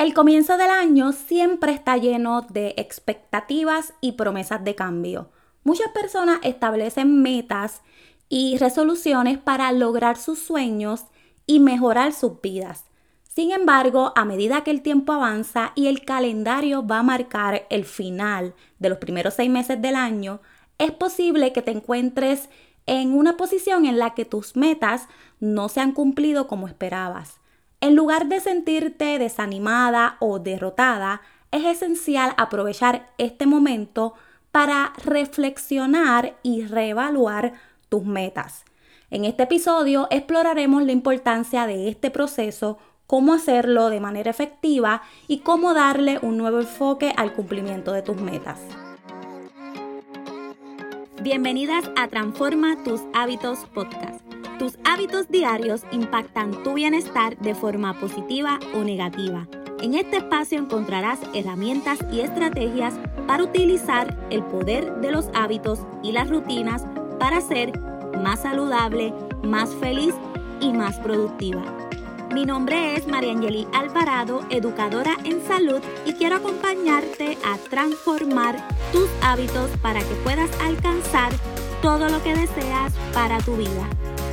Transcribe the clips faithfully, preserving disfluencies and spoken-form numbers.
El comienzo del año siempre está lleno de expectativas y promesas de cambio. Muchas personas establecen metas y resoluciones para lograr sus sueños y mejorar sus vidas. Sin embargo, a medida que el tiempo avanza y el calendario va a marcar el final de los primeros seis meses del año, es posible que te encuentres en una posición en la que tus metas no se han cumplido como esperabas. En lugar de sentirte desanimada o derrotada, es esencial aprovechar este momento para reflexionar y reevaluar tus metas. En este episodio exploraremos la importancia de este proceso, cómo hacerlo de manera efectiva y cómo darle un nuevo enfoque al cumplimiento de tus metas. Bienvenidas a Transforma tus hábitos podcast. Tus hábitos diarios impactan tu bienestar de forma positiva o negativa. En este espacio encontrarás herramientas y estrategias para utilizar el poder de los hábitos y las rutinas para ser más saludable, más feliz y más productiva. Mi nombre es Mariangeli Alvarado, educadora en salud, y quiero acompañarte a transformar tus hábitos para que puedas alcanzar todo lo que deseas para tu vida.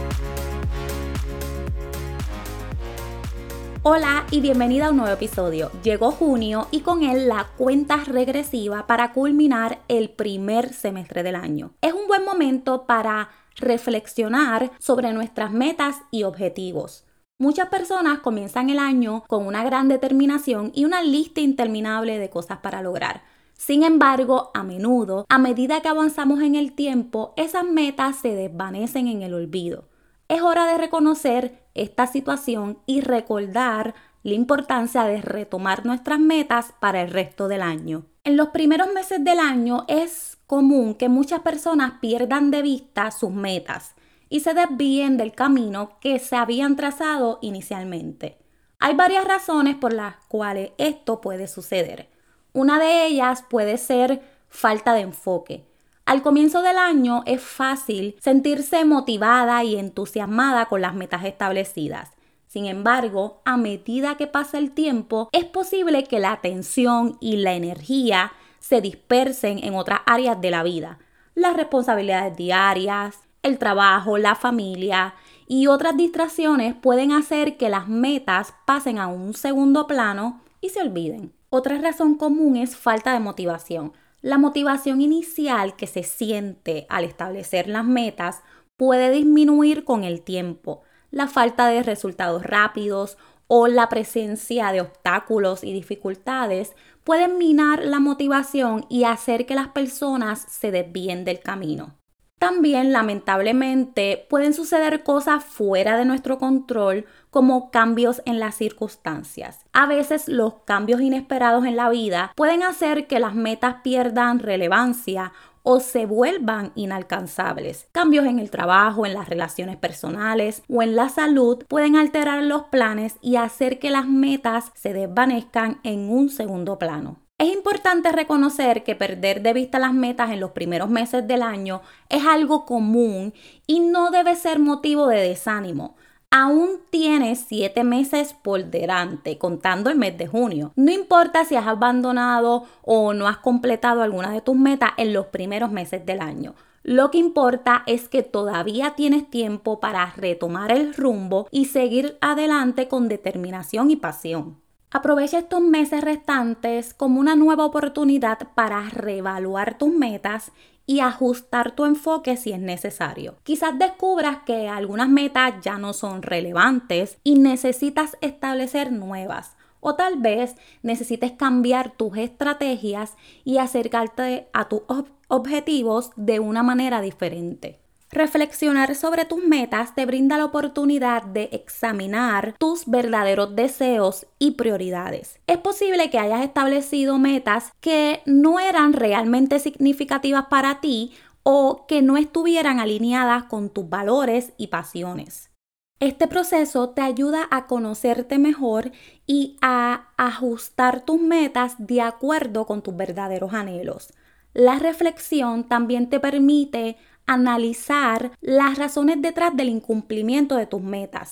Hola y bienvenida a un nuevo episodio. Llegó junio y con él la cuenta regresiva para culminar el primer semestre del año. Es un buen momento para reflexionar sobre nuestras metas y objetivos. Muchas personas comienzan el año con una gran determinación y una lista interminable de cosas para lograr. Sin embargo, a menudo, a medida que avanzamos en el tiempo, esas metas se desvanecen en el olvido. Es hora de reconocer esta situación y recordar la importancia de retomar nuestras metas para el resto del año. En los primeros meses del año es común que muchas personas pierdan de vista sus metas y se desvíen del camino que se habían trazado inicialmente. Hay varias razones por las cuales esto puede suceder. Una de ellas puede ser falta de enfoque. Al comienzo del año es fácil sentirse motivada y entusiasmada con las metas establecidas. Sin embargo, a medida que pasa el tiempo, es posible que la atención y la energía se dispersen en otras áreas de la vida. Las responsabilidades diarias, el trabajo, la familia y otras distracciones pueden hacer que las metas pasen a un segundo plano y se olviden. Otra razón común es falta de motivación. La motivación inicial que se siente al establecer las metas puede disminuir con el tiempo. La falta de resultados rápidos o la presencia de obstáculos y dificultades pueden minar la motivación y hacer que las personas se desvíen del camino. También, lamentablemente, pueden suceder cosas fuera de nuestro control, como cambios en las circunstancias. A veces los cambios inesperados en la vida pueden hacer que las metas pierdan relevancia o se vuelvan inalcanzables. Cambios en el trabajo, en las relaciones personales o en la salud pueden alterar los planes y hacer que las metas se desvanezcan en un segundo plano. Es importante reconocer que perder de vista las metas en los primeros meses del año es algo común y no debe ser motivo de desánimo. Aún tienes siete meses por delante, contando el mes de junio. No importa si has abandonado o no has completado alguna de tus metas en los primeros meses del año. Lo que importa es que todavía tienes tiempo para retomar el rumbo y seguir adelante con determinación y pasión. Aprovecha estos meses restantes como una nueva oportunidad para reevaluar tus metas y ajustar tu enfoque si es necesario. Quizás descubras que algunas metas ya no son relevantes y necesitas establecer nuevas. O tal vez necesites cambiar tus estrategias y acercarte a tus ob- objetivos de una manera diferente. Reflexionar sobre tus metas te brinda la oportunidad de examinar tus verdaderos deseos y prioridades. Es posible que hayas establecido metas que no eran realmente significativas para ti o que no estuvieran alineadas con tus valores y pasiones. Este proceso te ayuda a conocerte mejor y a ajustar tus metas de acuerdo con tus verdaderos anhelos. La reflexión también te permite analizar las razones detrás del incumplimiento de tus metas.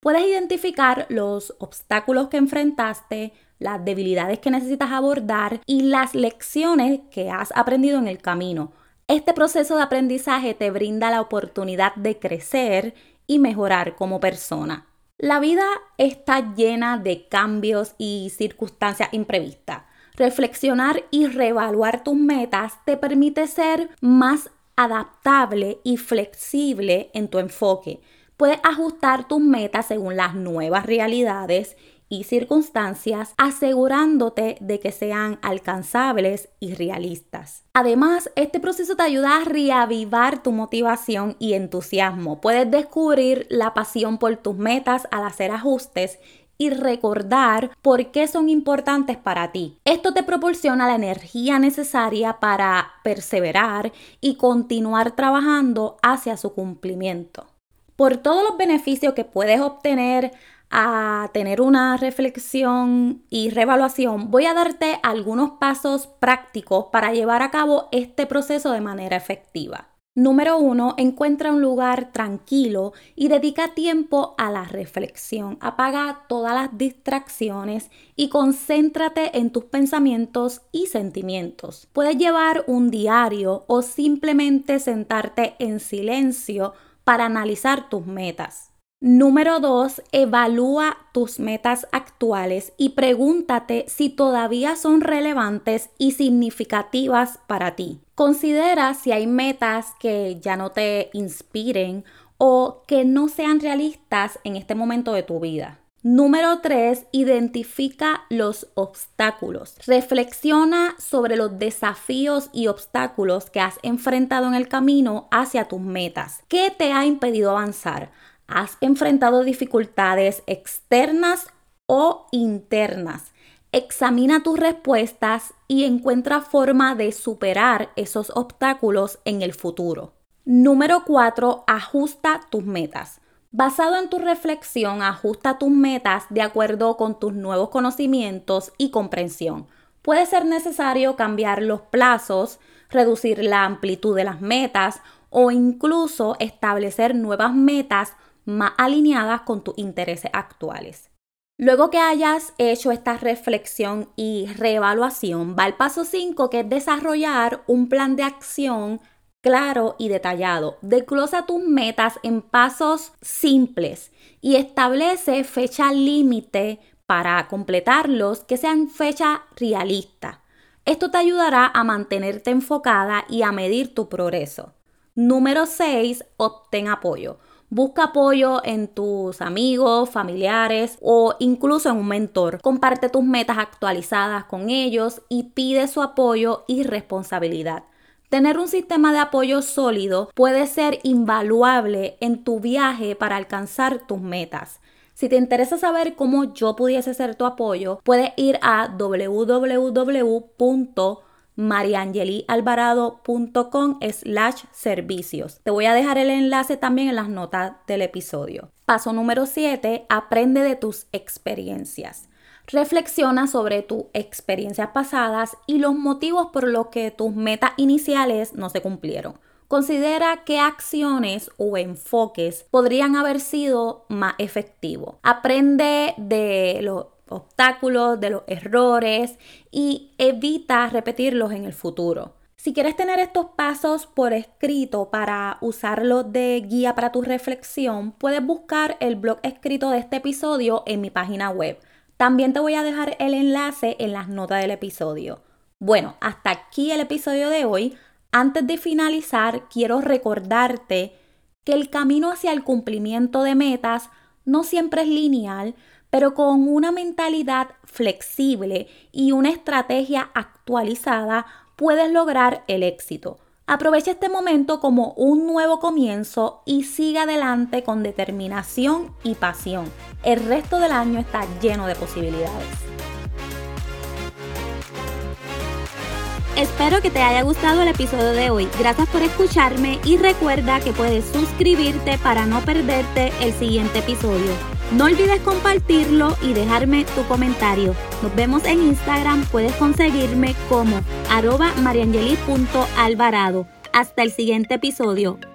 Puedes identificar los obstáculos que enfrentaste, las debilidades que necesitas abordar y las lecciones que has aprendido en el camino. Este proceso de aprendizaje te brinda la oportunidad de crecer y mejorar como persona. La vida está llena de cambios y circunstancias imprevistas. Reflexionar y reevaluar tus metas te permite ser más adaptable y flexible en tu enfoque. Puedes ajustar tus metas según las nuevas realidades y circunstancias, asegurándote de que sean alcanzables y realistas. Además, este proceso te ayuda a reavivar tu motivación y entusiasmo. Puedes descubrir la pasión por tus metas al hacer ajustes y recordar por qué son importantes para ti. Esto te proporciona la energía necesaria para perseverar y continuar trabajando hacia su cumplimiento. Por todos los beneficios que puedes obtener a tener una reflexión y reevaluación, voy a darte algunos pasos prácticos para llevar a cabo este proceso de manera efectiva. Número uno, encuentra un lugar tranquilo y dedica tiempo a la reflexión. Apaga todas las distracciones y concéntrate en tus pensamientos y sentimientos. Puedes llevar un diario o simplemente sentarte en silencio para analizar tus metas. Número dos, evalúa tus metas actuales y pregúntate si todavía son relevantes y significativas para ti. Considera si hay metas que ya no te inspiren o que no sean realistas en este momento de tu vida. Número tres, identifica los obstáculos. Reflexiona sobre los desafíos y obstáculos que has enfrentado en el camino hacia tus metas. ¿Qué te ha impedido avanzar? ¿Has enfrentado dificultades externas o internas? Examina tus respuestas y encuentra forma de superar esos obstáculos en el futuro. Número cuatro, ajusta tus metas. Basado en tu reflexión, ajusta tus metas de acuerdo con tus nuevos conocimientos y comprensión. Puede ser necesario cambiar los plazos, reducir la amplitud de las metas o incluso establecer nuevas metas más alineadas con tus intereses actuales. Luego que hayas hecho esta reflexión y reevaluación, va el paso cinco, que es desarrollar un plan de acción claro y detallado. Desglosa tus metas en pasos simples y establece fecha límite para completarlos que sean fechas realistas. Esto te ayudará a mantenerte enfocada y a medir tu progreso. Número seis, obtén apoyo. Busca apoyo en tus amigos, familiares o incluso en un mentor. Comparte tus metas actualizadas con ellos y pide su apoyo y responsabilidad. Tener un sistema de apoyo sólido puede ser invaluable en tu viaje para alcanzar tus metas. Si te interesa saber cómo yo pudiese ser tu apoyo, puedes ir a w w w punto mariangelialvarado punto com slash servicios. Te voy a dejar el enlace también en las notas del episodio. Paso número siete, aprende de tus experiencias. Reflexiona sobre tus experiencias pasadas y los motivos por los que tus metas iniciales no se cumplieron. Considera qué acciones o enfoques podrían haber sido más efectivos. Aprende de los obstáculos, de los errores y evita repetirlos en el futuro. Si quieres tener estos pasos por escrito para usarlos de guía para tu reflexión, puedes buscar el blog escrito de este episodio en mi página web. También te voy a dejar el enlace en las notas del episodio. Bueno, hasta aquí el episodio de hoy. Antes de finalizar, quiero recordarte que el camino hacia el cumplimiento de metas no siempre es lineal, pero con una mentalidad flexible y una estrategia actualizada puedes lograr el éxito. Aprovecha este momento como un nuevo comienzo y sigue adelante con determinación y pasión. El resto del año está lleno de posibilidades. Espero que te haya gustado el episodio de hoy. Gracias por escucharme y recuerda que puedes suscribirte para no perderte el siguiente episodio. No olvides compartirlo y dejarme tu comentario. Nos vemos en Instagram. Puedes conseguirme como arroba mariangeli punto alvarado. Hasta el siguiente episodio.